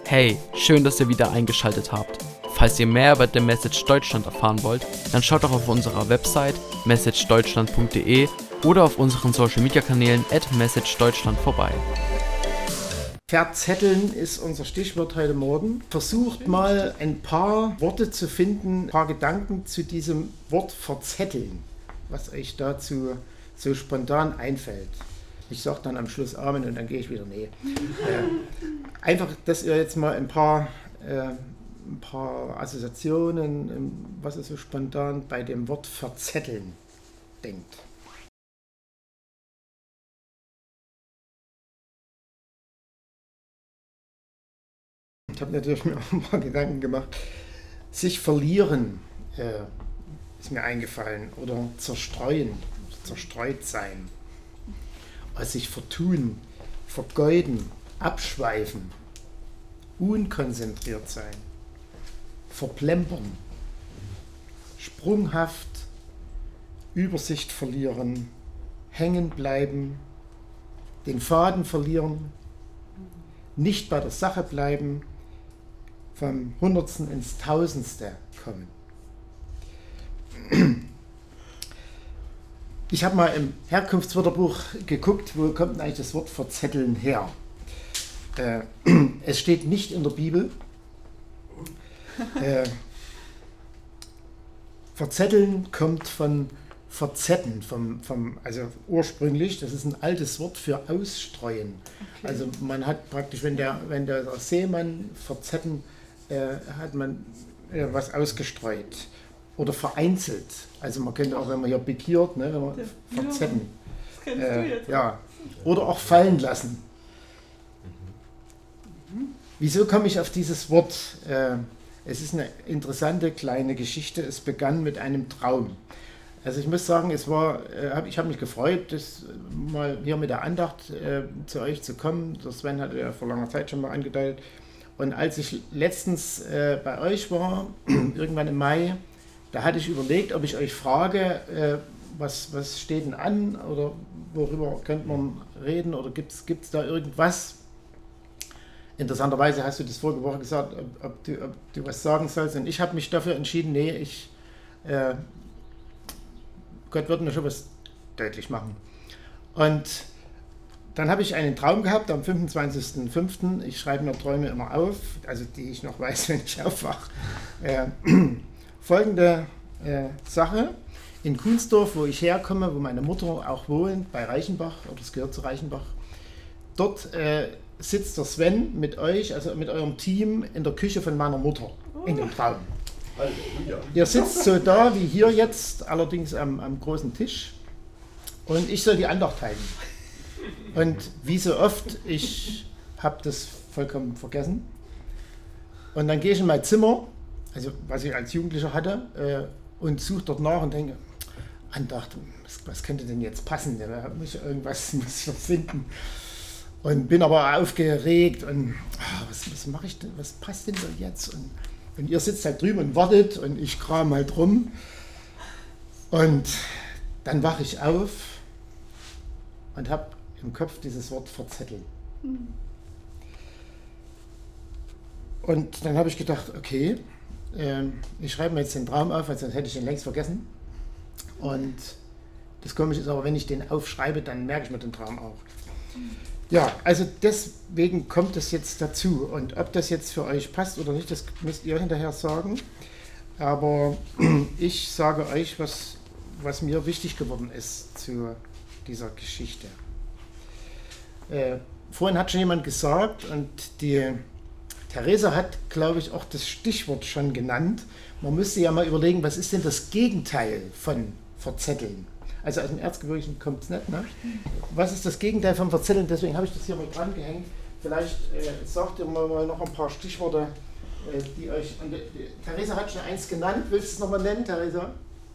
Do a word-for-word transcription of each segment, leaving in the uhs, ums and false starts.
Hey, schön, dass ihr wieder eingeschaltet habt. Falls ihr mehr über The Message Deutschland erfahren wollt, dann schaut doch auf unserer Website message deutschland punkt de oder auf unseren Social Media Kanälen at message deutschland vorbei. Verzetteln ist unser Stichwort heute Morgen. Versucht mal ein paar Worte zu finden, ein paar Gedanken zu diesem Wort verzetteln, was euch dazu so spontan einfällt. Ich sage dann am Schluss Amen und dann gehe ich wieder, nee. Äh, einfach, dass ihr jetzt mal ein paar, äh, ein paar Assoziationen, was ihr so spontan bei dem Wort verzetteln denkt. Ich habe natürlich mir auch ein paar Gedanken gemacht. Sich verlieren äh, ist mir eingefallen oder zerstreuen, zerstreut sein. Also sich vertun, vergeuden, abschweifen, unkonzentriert sein, verplempern, sprunghaft, Übersicht verlieren, hängen bleiben, den Faden verlieren, nicht bei der Sache bleiben, vom Hundertsten ins Tausendste kommen. Ich habe mal im Herkunftswörterbuch geguckt, wo kommt denn eigentlich das Wort verzetteln her? Äh, es steht nicht in der Bibel. Äh, verzetteln kommt von verzetten, vom, vom, also ursprünglich, das ist ein altes Wort für ausstreuen. Okay. Also man hat praktisch, wenn der, wenn der Seemann verzetten, äh, hat man äh, was ausgestreut. Oder vereinzelt. Also man könnte auch, wenn man hier pikiert, ne, wenn man ja, verzetten. Das kennst äh, du jetzt. Ja. Oder auch fallen lassen. Mhm. Wieso komme ich auf dieses Wort? Äh, es ist eine interessante kleine Geschichte. Es begann mit einem Traum. Also ich muss sagen, es war, äh, ich habe mich gefreut, das mal hier mit der Andacht äh, zu euch zu kommen. Der Sven hatte ja vor langer Zeit schon mal angedeutet. Und als ich letztens äh, bei euch war, irgendwann im Mai, da hatte ich überlegt, ob ich euch frage, äh, was, was steht denn an oder worüber könnte man reden oder gibt es da irgendwas? Interessanterweise hast du das vorige Woche gesagt, ob, ob, du, ob du was sagen sollst. Und ich habe mich dafür entschieden, nee, ich, äh, Gott wird mir schon was deutlich machen. Und dann habe ich einen Traum gehabt am fünfundzwanzigsten fünften Ich schreibe mir Träume immer auf, also die ich noch weiß, wenn ich aufwache. Äh, Folgende äh, Sache, in Kunsdorf, wo ich herkomme, wo meine Mutter auch wohnt, bei Reichenbach, oder es gehört zu Reichenbach, dort äh, sitzt der Sven mit euch, also mit eurem Team, in der Küche von meiner Mutter, in dem Traum. Halleluja. Ihr sitzt so da wie hier jetzt, allerdings am, am großen Tisch, und ich soll die Andacht halten. Und wie so oft, ich habe das vollkommen vergessen. Und dann gehe ich in mein Zimmer, also was ich als Jugendlicher hatte, äh, und suche dort nach und denke, Andacht, was, was könnte denn jetzt passen? Da muss ich irgendwas muss ich finden. Und bin aber aufgeregt und oh, was, was mache ich denn, was passt denn da jetzt? Und, und ihr sitzt halt drüben und wartet und ich kram halt rum. Und dann wache ich auf und habe im Kopf dieses Wort verzetteln. Mhm. Und dann habe ich gedacht, okay, ich schreibe mir jetzt den Traum auf, weil sonst hätte ich den längst vergessen. Und das Komische ist aber, wenn ich den aufschreibe, dann merke ich mir den Traum auch. Ja, also deswegen kommt es jetzt dazu. Und ob das jetzt für euch passt oder nicht, das müsst ihr hinterher sagen. Aber ich sage euch, was, was mir wichtig geworden ist zu dieser Geschichte. Äh, vorhin hat schon jemand gesagt, und die Theresa hat, glaube ich, auch das Stichwort schon genannt. Man müsste ja mal überlegen, was ist denn das Gegenteil von verzetteln? Also aus dem Erzgebirgischen kommt es nicht, ne? Was ist das Gegenteil von verzetteln? Deswegen habe ich das hier mal dran gehängt. Vielleicht äh, sagt ihr mal noch ein paar Stichworte, äh, die euch... Und, äh, Theresa hat schon eins genannt. Willst du es nochmal nennen, Theresa?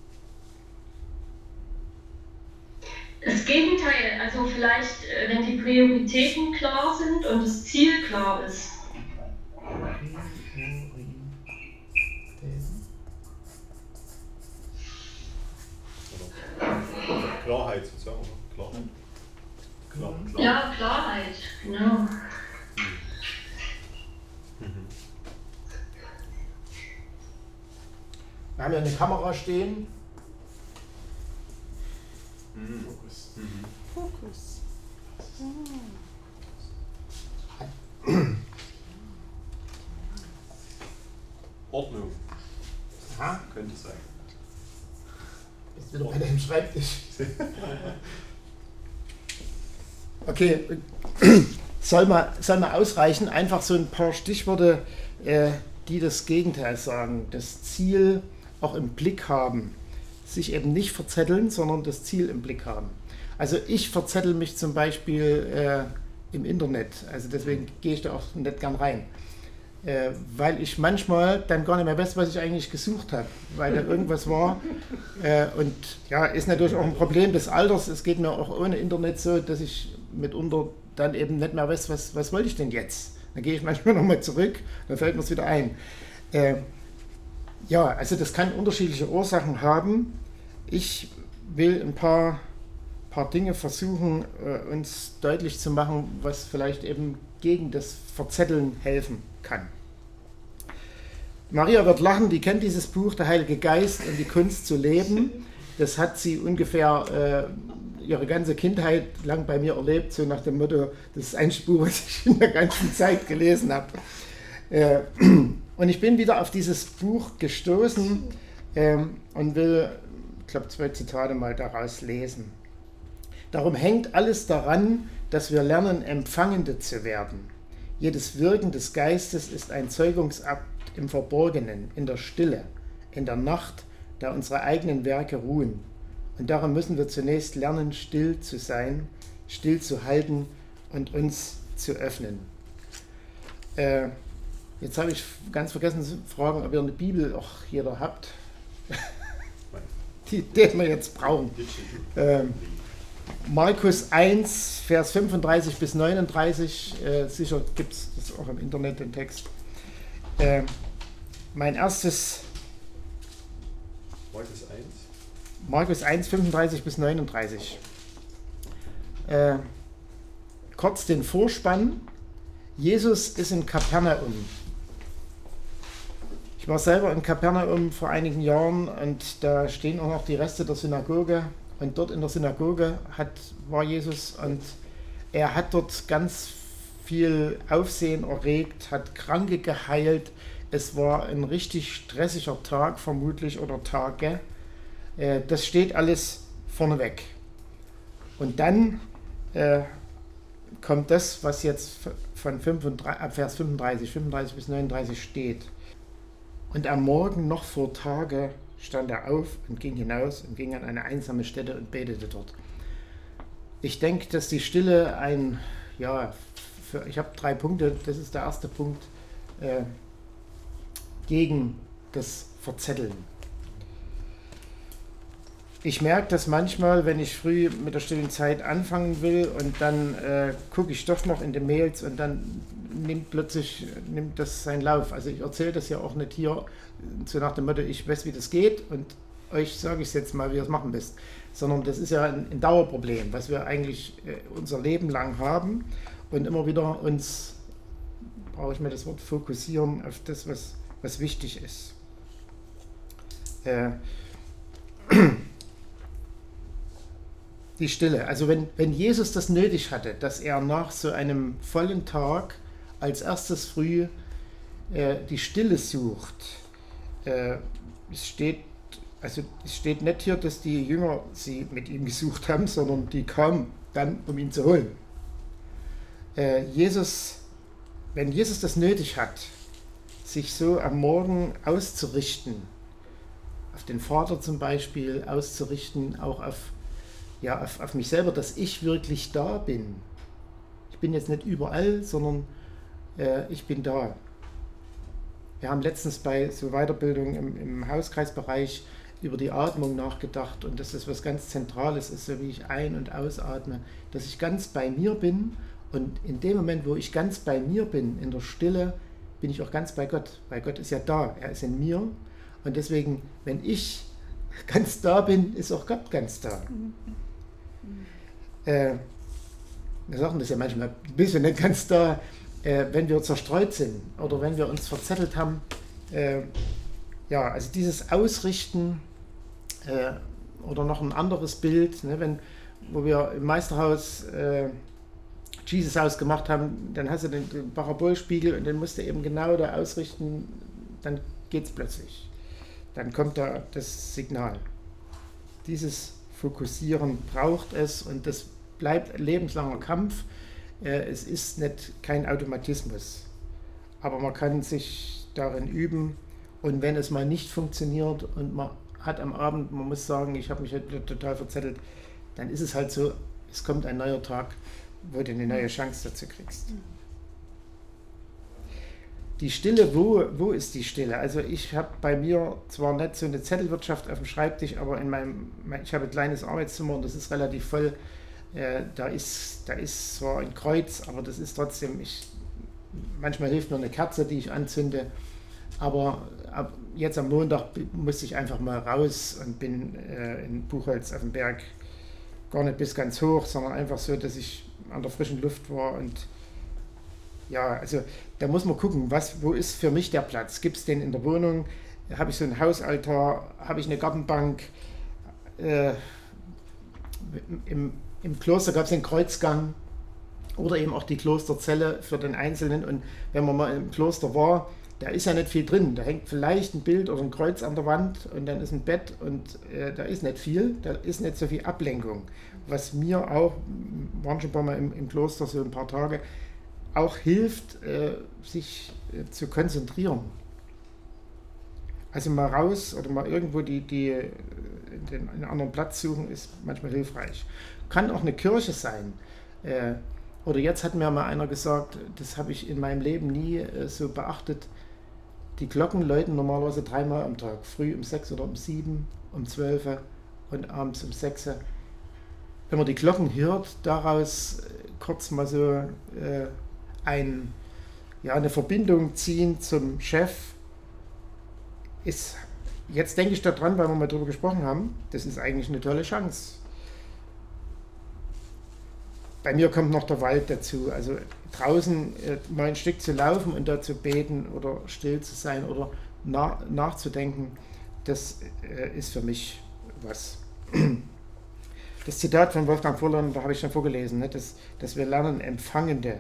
Das Gegenteil, also vielleicht, äh, wenn die Prioritäten klar sind und das Ziel klar ist. Klarheit sozusagen, oder? Klarheit. Klar, klar. Ja, Klarheit, genau. Mhm. Wir haben ja eine Kamera stehen. Mhm. Fokus. Mhm. Fokus. Ordnung. Aha. Könnte sein. Ist wieder bei deinem Schreibtisch. Okay, soll mal, soll mal ausreichen, einfach so ein paar Stichworte, äh, die das Gegenteil sagen. Das Ziel auch im Blick haben. Sich eben nicht verzetteln, sondern das Ziel im Blick haben. Also ich verzettel mich zum Beispiel äh, im Internet, also deswegen gehe ich da auch nicht gern rein. Äh, weil ich manchmal dann gar nicht mehr weiß, was ich eigentlich gesucht habe, weil da irgendwas war. Äh, und ja, ist natürlich auch ein Problem des Alters. Es geht mir auch ohne Internet so, dass ich mitunter dann eben nicht mehr weiß, was, was wollte ich denn jetzt. Dann gehe ich manchmal nochmal zurück, dann fällt mir es wieder ein. Äh, ja, also das kann unterschiedliche Ursachen haben. Ich will ein paar, paar Dinge versuchen, äh, uns deutlich zu machen, was vielleicht eben gegen das Verzetteln helfen kann. Maria wird lachen, die kennt dieses Buch, Der Heilige Geist und die Kunst zu leben. Das hat sie ungefähr äh, ihre ganze Kindheit lang bei mir erlebt, so nach dem Motto, das ist ein Buch, was ich in der ganzen Zeit gelesen habe. Äh, und ich bin wieder auf dieses Buch gestoßen äh, und will, ich glaube, zwei Zitate mal daraus lesen. Darum hängt alles daran, dass wir lernen, Empfangende zu werden. Jedes Wirken des Geistes ist ein Zeugungsakt im Verborgenen, in der Stille, in der Nacht, da unsere eigenen Werke ruhen. Und darum müssen wir zunächst lernen, still zu sein, still zu halten und uns zu öffnen. Äh, jetzt habe ich ganz vergessen zu fragen, ob ihr eine Bibel auch jeder habt, die, die wir jetzt brauchen. Ähm, Markus eins, Vers fünfunddreißig bis neununddreißig, äh, sicher gibt es das auch im Internet, den Text. Äh, mein erstes... Markus eins. Markus eins, fünfunddreißig bis neununddreißig. Äh, kurz den Vorspann. Jesus ist in Kapernaum. Ich war selber in Kapernaum vor einigen Jahren und da stehen auch noch die Reste der Synagoge. Und dort in der Synagoge hat, war Jesus und er hat dort ganz viel Aufsehen erregt, hat Kranke geheilt. Es war ein richtig stressiger Tag vermutlich oder Tage. Das steht alles vorneweg. Und dann äh, kommt das, was jetzt von fünfunddreißig, Vers fünfunddreißig, fünfunddreißig bis neununddreißig steht. Und am Morgen noch vor Tage stand er auf und ging hinaus und ging an eine einsame Stätte und betete dort. Ich denke, dass die Stille ein, ja, für, ich habe drei Punkte, das ist der erste Punkt, äh, gegen das Verzetteln. Ich merke das manchmal, wenn ich früh mit der stillen Zeit anfangen will und dann äh, gucke ich doch noch in die Mails und dann nimmt plötzlich nimmt das seinen Lauf. Also ich erzähle das ja auch nicht hier so nach dem Motto, ich weiß, wie das geht und euch sage ich es jetzt mal, wie ihr es machen müsst. Sondern das ist ja ein, ein Dauerproblem, was wir eigentlich äh, unser Leben lang haben und immer wieder uns, brauche ich mir das Wort, fokussieren auf das, was, was wichtig ist. Äh, Die Stille. Also wenn, wenn Jesus das nötig hatte, dass er nach so einem vollen Tag als erstes früh äh, die Stille sucht, äh, es steht, also es steht nicht hier, dass die Jünger sie mit ihm gesucht haben, sondern die kamen dann, um ihn zu holen. Äh, Jesus, wenn Jesus das nötig hat, sich so am Morgen auszurichten, auf den Vater zum Beispiel auszurichten, auch auf Ja, auf, auf mich selber, dass ich wirklich da bin. Ich bin jetzt nicht überall, sondern äh, ich bin da. Wir haben letztens bei so Weiterbildung im, im Hauskreisbereich über die Atmung nachgedacht und dass das was ganz Zentrales ist, so wie ich ein- und ausatme, dass ich ganz bei mir bin und in dem Moment, wo ich ganz bei mir bin, in der Stille, bin ich auch ganz bei Gott, weil Gott ist ja da, er ist in mir und deswegen, wenn ich ganz da bin, ist auch Gott ganz da. Äh, wir sagen das ja manchmal, ein bisschen nicht ganz da, äh, wenn wir zerstreut sind oder wenn wir uns verzettelt haben. Äh, ja, also dieses Ausrichten äh, oder noch ein anderes Bild, ne, wenn, wo wir im Meisterhaus äh, Jesus House gemacht haben, dann hast du den, den Parabolspiegel und den musst du eben genau da ausrichten, dann geht es plötzlich. Dann kommt da das Signal. Dieses Fokussieren braucht es und das bleibt ein lebenslanger Kampf. Äh, es ist nicht kein Automatismus, aber man kann sich darin üben und wenn es mal nicht funktioniert und man hat am Abend, man muss sagen, ich habe mich halt total verzettelt, dann ist es halt so, es kommt ein neuer Tag, wo du eine neue Chance dazu kriegst. Die Stille, wo, wo ist die Stille? Also ich habe bei mir zwar nicht so eine Zettelwirtschaft auf dem Schreibtisch, aber in meinem, ich habe ein kleines Arbeitszimmer und das ist relativ voll. Äh, da, ist, da ist zwar ein Kreuz, aber das ist trotzdem, ich, manchmal hilft nur eine Kerze, die ich anzünde, aber ab, jetzt am Montag musste ich einfach mal raus und bin äh, in Buchholz auf dem Berg, gar nicht bis ganz hoch, sondern einfach so, dass ich an der frischen Luft war und ja, also da muss man gucken, was, wo ist für mich der Platz? Gibt es den in der Wohnung? Habe ich so einen Hausaltar? Habe ich eine Gartenbank? Äh, im, Im Kloster gab es den Kreuzgang oder eben auch die Klosterzelle für den Einzelnen. Und wenn man mal im Kloster war, da ist ja nicht viel drin. Da hängt vielleicht ein Bild oder ein Kreuz an der Wand und dann ist ein Bett und äh, da ist nicht viel, da ist nicht so viel Ablenkung. Was mir auch, waren schon ein paar Mal im, im Kloster so ein paar Tage, auch hilft, äh, sich äh, zu konzentrieren. Also mal raus oder mal irgendwo die, die, äh, den, einen anderen Platz suchen, ist manchmal hilfreich. Kann auch eine Kirche sein. Äh, oder jetzt hat mir mal einer gesagt, das habe ich in meinem Leben nie äh, so beachtet, die Glocken läuten normalerweise dreimal am Tag. Früh um sechs oder um sieben, um zwölf und abends um sechs. Wenn man die Glocken hört, daraus äh, kurz mal so äh, ein, ja, eine Verbindung ziehen zum Chef, ist, jetzt denke ich daran, weil wir mal drüber gesprochen haben, das ist eigentlich eine tolle Chance. Bei mir kommt noch der Wald dazu, also draußen äh, mal ein Stück zu laufen und da zu beten oder still zu sein oder na, nachzudenken, das äh, ist für mich was. Das Zitat von Wolfgang Furlan, da habe ich schon vorgelesen, ne, dass, dass wir lernen, Empfangende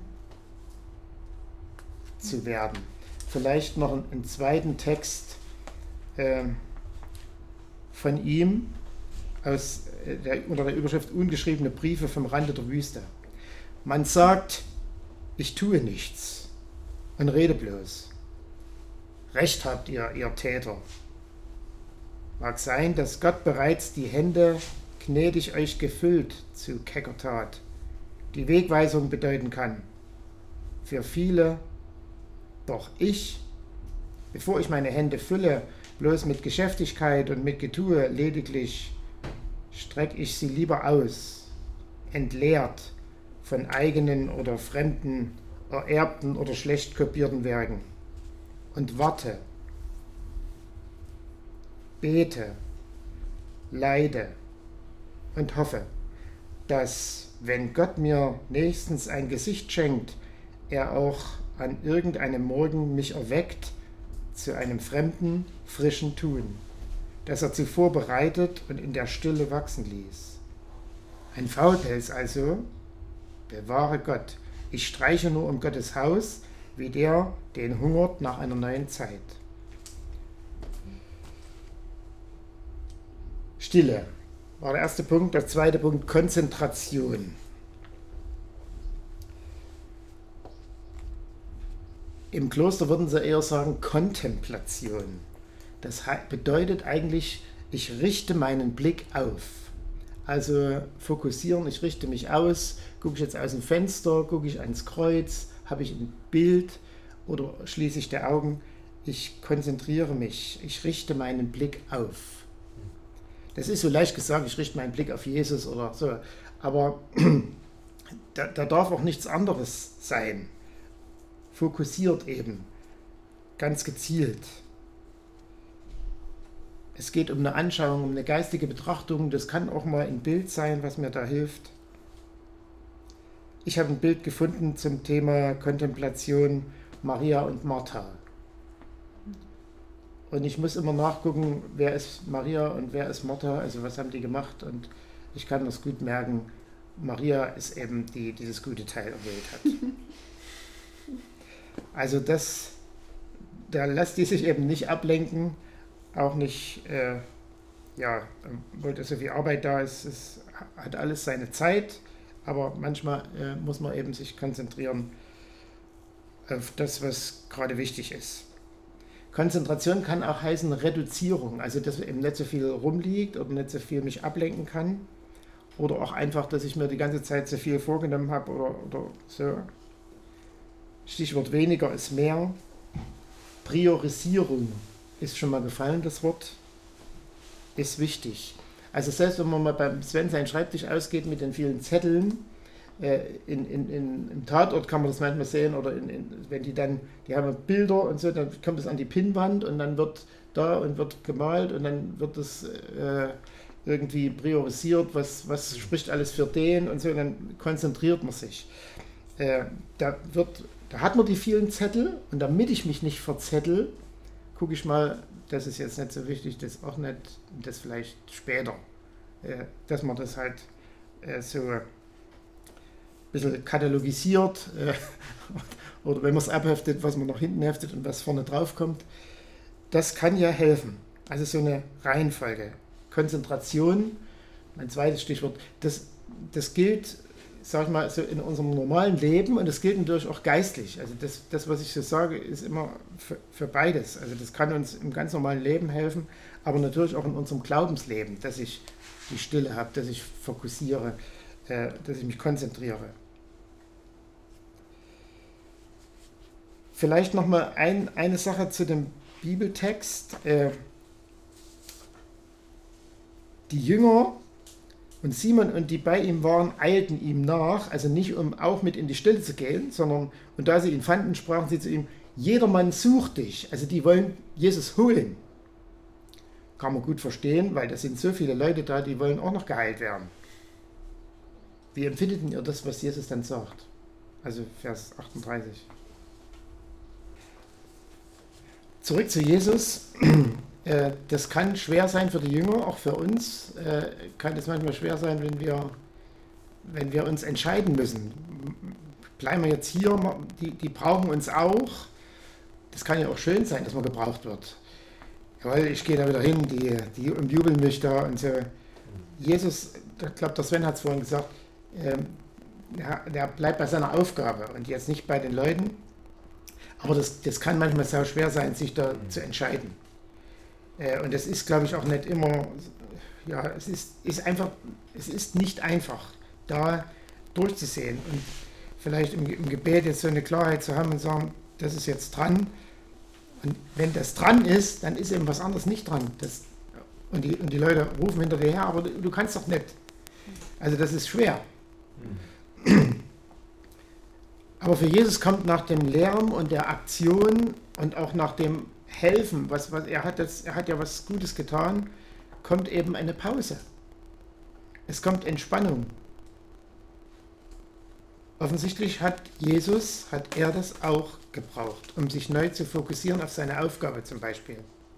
zu werden. Vielleicht noch einen, einen zweiten Text äh, von ihm aus äh, der, unter der Überschrift Ungeschriebene Briefe vom Rande der Wüste. Man sagt, ich tue nichts und rede bloß. Recht habt ihr, ihr Täter. Mag sein, dass Gott bereits die Hände gnädig euch gefüllt zu kecker Tat, die Wegweisung bedeuten kann. Für viele. Doch ich, bevor ich meine Hände fülle, bloß mit Geschäftigkeit und mit Getue lediglich, strecke ich sie lieber aus, entleert von eigenen oder fremden, ererbten oder schlecht kopierten Werken und warte, bete, leide und hoffe, dass, wenn Gott mir nächstens ein Gesicht schenkt, er auch an irgendeinem Morgen mich erweckt zu einem fremden, frischen Tun, das er zuvor bereitet und in der Stille wachsen ließ. Ein Faulpelz also, bewahre Gott, ich streiche nur um Gottes Haus, wie der, den hungert nach einer neuen Zeit. Stille war der erste Punkt. Der zweite Punkt, Konzentration. Im Kloster würden sie eher sagen Kontemplation. Das bedeutet eigentlich, ich richte meinen Blick auf. Also fokussieren, ich richte mich aus, gucke ich jetzt aus dem Fenster, gucke ich ans Kreuz, habe ich ein Bild oder schließe ich die Augen. Ich konzentriere mich, ich richte meinen Blick auf. Das ist so leicht gesagt, ich richte meinen Blick auf Jesus oder so, aber da, da darf auch nichts anderes sein. Fokussiert eben, ganz gezielt. Es geht um eine Anschauung, um eine geistige Betrachtung, das kann auch mal ein Bild sein, was mir da hilft. Ich habe ein Bild gefunden zum Thema Kontemplation Maria und Martha. und ich muss immer nachgucken, wer ist Maria und wer ist Martha, also was haben die gemacht, und ich kann das gut merken, Maria ist eben die, die dieses gute Teil erwählt hat. Also das, da lässt die sich eben nicht ablenken, auch nicht, äh, ja, weil so viel Arbeit da ist, es hat alles seine Zeit, aber manchmal äh, muss man eben sich konzentrieren auf das, was gerade wichtig ist. Konzentration kann auch heißen Reduzierung, also dass eben nicht so viel rumliegt oder nicht so viel mich ablenken kann oder auch einfach, dass ich mir die ganze Zeit so viel vorgenommen habe oder, oder so. Stichwort weniger ist mehr. Priorisierung ist schon mal gefallen, das Wort, ist wichtig. Also selbst wenn man mal beim Sven seinen Schreibtisch ausgeht mit den vielen Zetteln, äh, in, in, in, im Tatort kann man das manchmal sehen, oder in, in, wenn die dann, die haben Bilder und so, dann kommt es an die Pinnwand und dann wird da und wird gemalt und dann wird das äh, irgendwie priorisiert, was, was spricht alles für den und so, und dann konzentriert man sich. Äh, da, wird, da hat man die vielen Zettel, und damit ich mich nicht verzettel, gucke ich mal, das ist jetzt nicht so wichtig, das auch nicht, das vielleicht später, äh, dass man das halt äh, so ein bisschen katalogisiert äh, oder wenn man es abheftet, was man nach hinten heftet und was vorne drauf kommt. Das kann ja helfen. Also so eine Reihenfolge. Konzentration, mein zweites Stichwort, das, das gilt, sag ich mal, so in unserem normalen Leben, und das gilt natürlich auch geistlich. Also das, das was ich so sage, ist immer für, für beides. Also das kann uns im ganz normalen Leben helfen, aber natürlich auch in unserem Glaubensleben, dass ich die Stille habe, dass ich fokussiere, äh, dass ich mich konzentriere. Vielleicht nochmal ein, eine Sache zu dem Bibeltext. Äh, die Jünger und Simon und die bei ihm waren, eilten ihm nach, also nicht um auch mit in die Stille zu gehen, sondern, und da sie ihn fanden, sprachen sie zu ihm, jedermann sucht dich. Also die wollen Jesus holen. Kann man gut verstehen, weil da sind so viele Leute da, die wollen auch noch geheilt werden. Wie empfindet ihr das, was Jesus dann sagt? Also Vers achtunddreißig. Zurück zu Jesus. Das kann schwer sein für die Jünger, auch für uns kann es manchmal schwer sein, wenn wir, wenn wir uns entscheiden müssen. Bleiben wir jetzt hier, die, die brauchen uns auch. Das kann ja auch schön sein, dass man gebraucht wird. Weil ich gehe da wieder hin, die, die umjubeln mich da und so. Jesus, ich glaube, der Sven hat es vorhin gesagt, der, der bleibt bei seiner Aufgabe und jetzt nicht bei den Leuten. Aber das, das kann manchmal sehr schwer sein, sich da zu entscheiden. Äh, und das ist, glaube ich, auch nicht immer, ja, es ist, ist einfach, es ist nicht einfach, da durchzusehen und vielleicht im, im Gebet jetzt so eine Klarheit zu haben und sagen, das ist jetzt dran. Und wenn das dran ist, dann ist eben was anderes nicht dran. Das, und, die, und die Leute rufen hinter dir her, aber du, du kannst doch nicht. Also das ist schwer. Mhm. Aber für Jesus kommt nach dem Lärm und der Aktion und auch nach dem Helfen, was, was er hat, das, er hat ja was Gutes getan, kommt eben eine Pause. Es kommt Entspannung. Offensichtlich hat Jesus, hat er das auch gebraucht, um sich neu zu fokussieren auf seine Aufgabe zum Beispiel.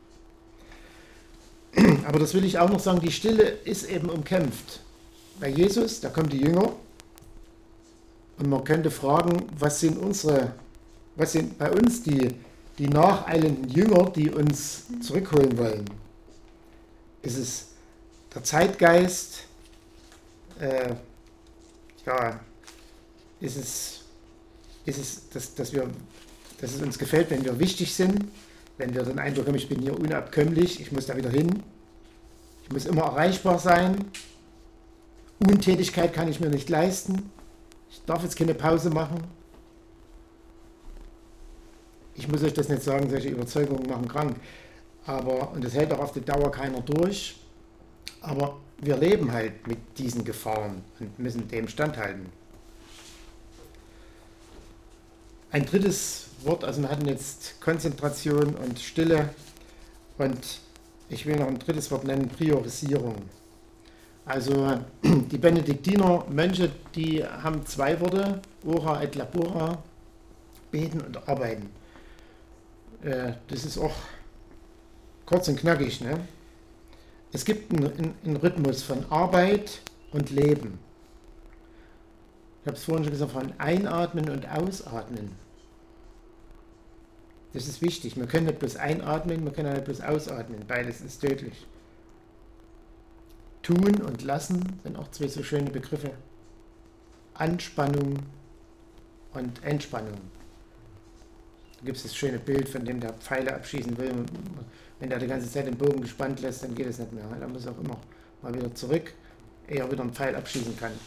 Aber das will ich auch noch sagen, die Stille ist eben umkämpft. Bei Jesus, da kommen die Jünger, und man könnte fragen, was sind unsere, was sind bei uns die, die nacheilenden Jünger, die uns zurückholen wollen? Ist es der Zeitgeist? Äh, ja, ist es, ist es dass, dass, wir, dass es uns gefällt, wenn wir wichtig sind, wenn wir den Eindruck haben, ich bin hier unabkömmlich, ich muss da wieder hin, ich muss immer erreichbar sein, Untätigkeit kann ich mir nicht leisten. Ich darf jetzt keine Pause machen. Ich muss euch das nicht sagen, solche Überzeugungen machen krank. Aber, und das hält auch auf die Dauer keiner durch. Aber wir leben halt mit diesen Gefahren und müssen dem standhalten. Ein drittes Wort, also wir hatten jetzt Konzentration und Stille. Und ich will noch ein drittes Wort nennen, Priorisierung. Also die Benediktiner Mönche, die haben zwei Worte, ora et labora, beten und arbeiten. Das ist auch kurz und knackig, ne? Es gibt einen, einen, einen Rhythmus von Arbeit und Leben. Ich habe es vorhin schon gesagt, von Einatmen und Ausatmen. Das ist wichtig. Wir können nicht bloß einatmen, wir können nicht bloß ausatmen. Beides ist tödlich. Tun und lassen sind auch zwei so schöne Begriffe. Anspannung und Entspannung. Da gibt es das schöne Bild, von dem der Pfeile abschießen will. Wenn der die ganze Zeit den Bogen gespannt lässt, dann geht es nicht mehr. Da muss er auch immer mal wieder zurück, ehe er wieder einen Pfeil abschießen kann.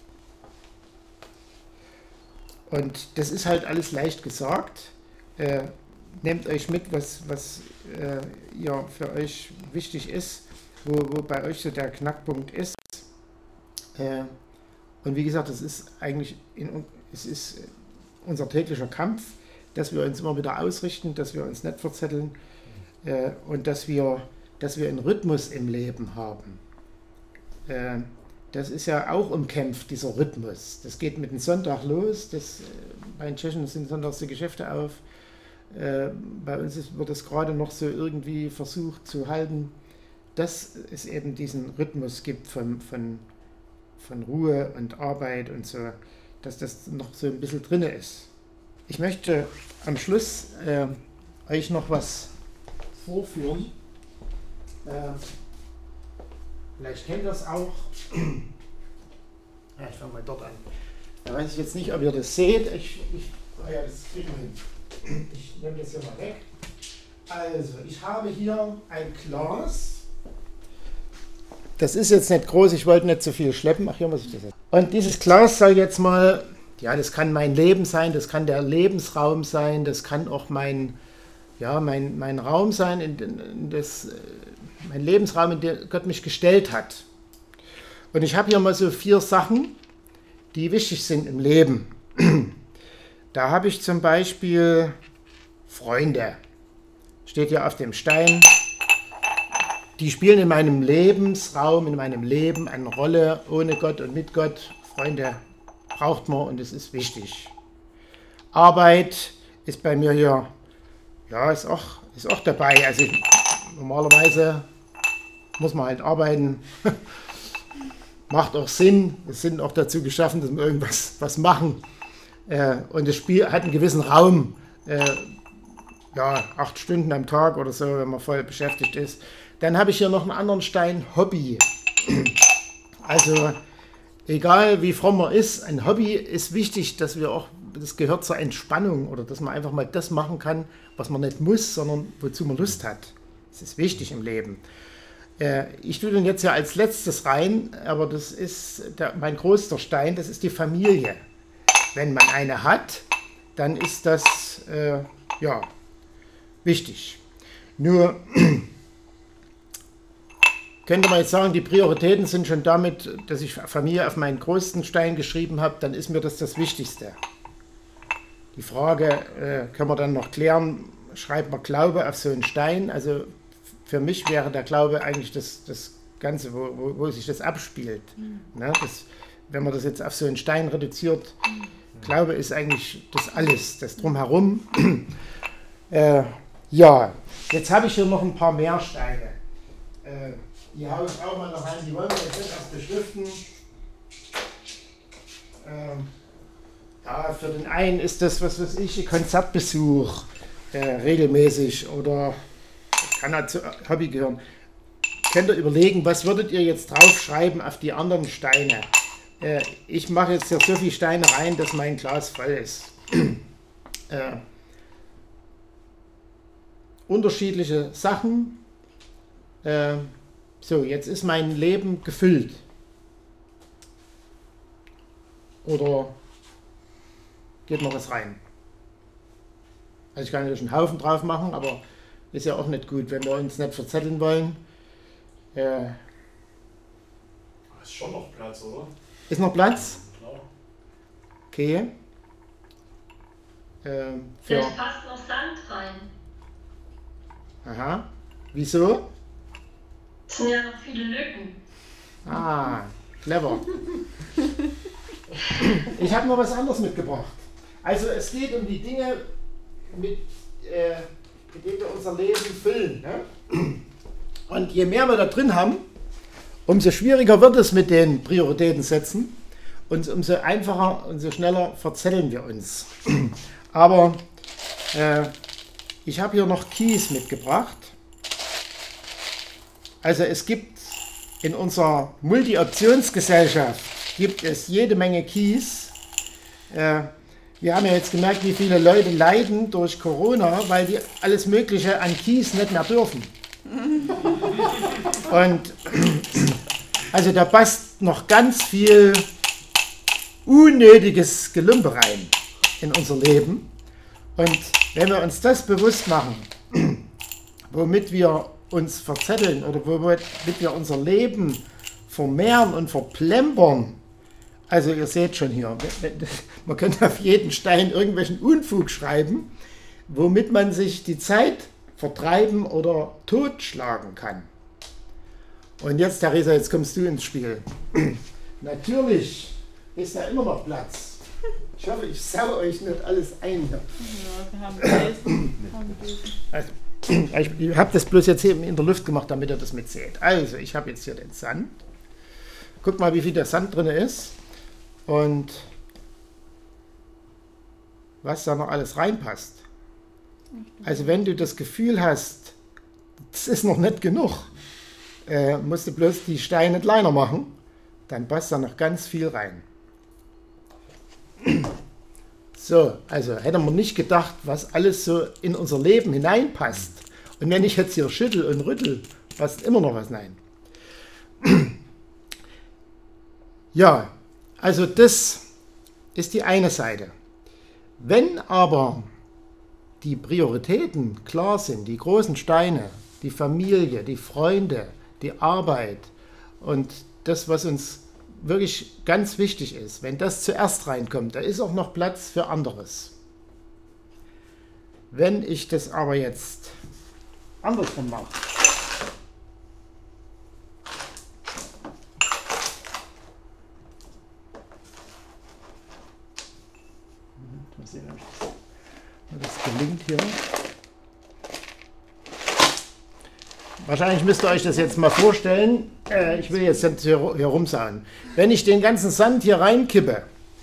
Und das ist halt alles leicht gesagt. Äh, nehmt euch mit, was, was äh, ja, für euch wichtig ist, wo, wo bei euch so der Knackpunkt ist. Äh, und wie gesagt, das ist eigentlich in, es ist unser täglicher Kampf, dass wir uns immer wieder ausrichten, dass wir uns nicht verzetteln äh, und dass wir, dass wir einen Rhythmus im Leben haben. Äh, das ist ja auch umkämpft, dieser Rhythmus. Das geht mit dem Sonntag los. Das, äh, bei den Tschechen sind sonntags die Geschäfte auf. Äh, bei uns ist, wird es gerade noch so irgendwie versucht zu halten, dass es eben diesen Rhythmus gibt von, von, von Ruhe und Arbeit und so, dass das noch so ein bisschen drin ist. Ich möchte am Schluss äh, euch noch was vorführen. Äh, vielleicht kennt ihr das auch. Ja, ich fange mal dort an. Da weiß ich jetzt nicht, ob ihr das seht. Ich, ich, oh ja, das kriegen wir hin. Ich nehme das hier mal weg. Also, ich habe hier ein Glas. Das ist jetzt nicht groß, ich wollte nicht so viel schleppen. Ach, hier muss ich das jetzt. Und dieses Glas soll jetzt mal, ja, das kann mein Leben sein, das kann der Lebensraum sein, das kann auch mein, ja, mein, mein Raum sein, in, in das, mein Lebensraum, in den Gott mich gestellt hat. Und ich habe hier mal so vier Sachen, die wichtig sind im Leben. Da habe ich zum Beispiel Freunde. Steht hier auf dem Stein. Die spielen in meinem Lebensraum, in meinem Leben eine Rolle, ohne Gott und mit Gott. Freunde braucht man und es ist wichtig. Arbeit ist bei mir hier, ja, ist auch, ist auch dabei. Also normalerweise muss man halt arbeiten. Macht auch Sinn. Wir sind auch dazu geschaffen, dass wir irgendwas was machen. Äh, und das Spiel hat einen gewissen Raum. Äh, ja, acht Stunden am Tag oder so, wenn man voll beschäftigt ist. Dann habe ich hier noch einen anderen Stein, Hobby. Also egal wie fromm man ist, ein Hobby ist wichtig, dass wir auch, das gehört zur Entspannung oder dass man einfach mal das machen kann, was man nicht muss, sondern wozu man Lust hat. Das ist wichtig im Leben. Äh, ich tue den jetzt ja als letztes rein, aber das ist der, mein größter Stein, das ist die Familie. Wenn man eine hat, dann ist das äh, ja wichtig. Nur könnte man jetzt sagen, die Prioritäten sind schon damit, dass ich Familie auf meinen größten Stein geschrieben habe, dann ist mir das das Wichtigste. Die Frage äh, können wir dann noch klären, schreibt man Glaube auf so einen Stein? Also für mich wäre der Glaube eigentlich das, das Ganze, wo, wo, wo sich das abspielt. Mhm. Ne? Das, wenn man das jetzt auf so einen Stein reduziert, mhm. Glaube ist eigentlich das alles, das Drumherum. äh, ja, jetzt habe ich hier noch ein paar mehr Steine. Äh, Die haue ich auch mal noch rein, die wollen wir jetzt erst beschriften. Ähm, ja, für den einen ist das, was weiß ich, Konzertbesuch äh, regelmäßig oder kann halt zu Hobby gehören. Könnt ihr überlegen, was würdet ihr jetzt draufschreiben auf die anderen Steine? Äh, ich mache jetzt hier so viele Steine rein, dass mein Glas voll ist. äh, unterschiedliche Sachen. Äh, So, jetzt ist mein Leben gefüllt. Oder geht noch was rein? Also ich kann natürlich einen Haufen drauf machen, aber ist ja auch nicht gut, wenn wir uns nicht verzetteln wollen. Äh, ist schon noch Platz, oder? Ist noch Platz? Klar. Okay. Äh, für, Vielleicht passt noch Sand rein. aha. Wieso? Es sind ja noch viele Lücken. Ah, clever. Ich habe noch was anderes mitgebracht. Also es geht um die Dinge, mit, äh, mit dem wir unser Leben füllen. Ne? Und je mehr wir da drin haben, umso schwieriger wird es mit den Prioritäten setzen und umso einfacher und so schneller verzetteln wir uns. Aber äh, ich habe hier noch Keys mitgebracht. Also es gibt in unserer Multi-Optionsgesellschaft gibt es jede Menge Keys. Äh, wir haben ja jetzt gemerkt, wie viele Leute leiden durch Corona, weil die alles Mögliche an Keys nicht mehr dürfen. Und also da passt noch ganz viel unnötiges Gelümpe rein in unser Leben. Und wenn wir uns das bewusst machen, womit wir uns verzetteln oder womit wir unser Leben vermehren und verplempern, also ihr seht schon hier, man könnte auf jeden Stein irgendwelchen Unfug schreiben, womit man sich die Zeit vertreiben oder totschlagen kann. Und jetzt, Theresa, jetzt kommst du ins Spiel. Natürlich ist da immer noch Platz. Ich hoffe, ich sau euch nicht alles ein. Ja, wir haben gelesen. Also, ich habe das bloß jetzt hier in der Luft gemacht, damit ihr das mitseht. Also, ich habe jetzt hier den Sand. Guck mal, wie viel der Sand drin ist. Und was da noch alles reinpasst. Also, wenn du das Gefühl hast, das ist noch nicht genug, äh, musst du bloß die Steine kleiner machen, dann passt da noch ganz viel rein. So, also hätte man nicht gedacht, was alles so in unser Leben hineinpasst. Und wenn ich jetzt hier schüttel und rüttel, passt immer noch was hinein. Ja, also das ist die eine Seite. Wenn aber die Prioritäten klar sind, die großen Steine, die Familie, die Freunde, die Arbeit und das, was uns wirklich ganz wichtig ist, wenn das zuerst reinkommt, da ist auch noch Platz für anderes. Wenn ich das aber jetzt andersrum mache, mal sehen, ob das gelingt hier. Wahrscheinlich müsst ihr euch das jetzt mal vorstellen. Äh, ich will jetzt hier, hier rumsagen. Wenn ich den ganzen Sand hier reinkippe,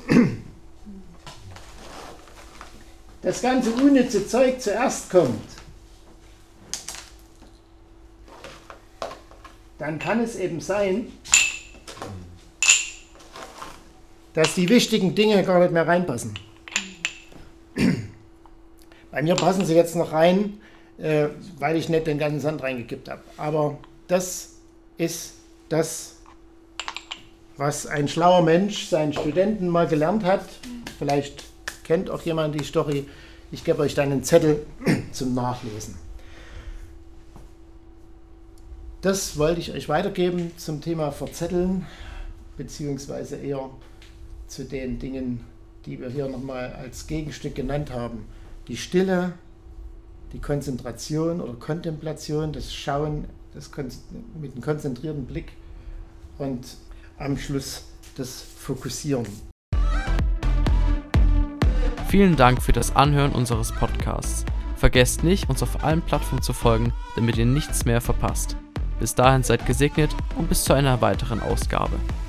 das ganze unnütze Zeug zuerst kommt, dann kann es eben sein, dass die wichtigen Dinge gar nicht mehr reinpassen. Bei mir passen sie jetzt noch rein, äh, weil ich nicht den ganzen Sand reingekippt habe. Aber das ist das, was ein schlauer Mensch seinen Studenten mal gelernt hat. Vielleicht kennt auch jemand die Story. Ich gebe euch dann einen Zettel zum Nachlesen. Das wollte ich euch weitergeben zum Thema Verzetteln, beziehungsweise eher zu den Dingen, die wir hier nochmal als Gegenstück genannt haben. Die Stille, die Konzentration oder Kontemplation, das Schauen das Kon- mit einem konzentrierten Blick und am Schluss das Fokussieren. Vielen Dank für das Anhören unseres Podcasts. Vergesst nicht, uns auf allen Plattformen zu folgen, damit ihr nichts mehr verpasst. Bis dahin seid gesegnet und bis zu einer weiteren Ausgabe.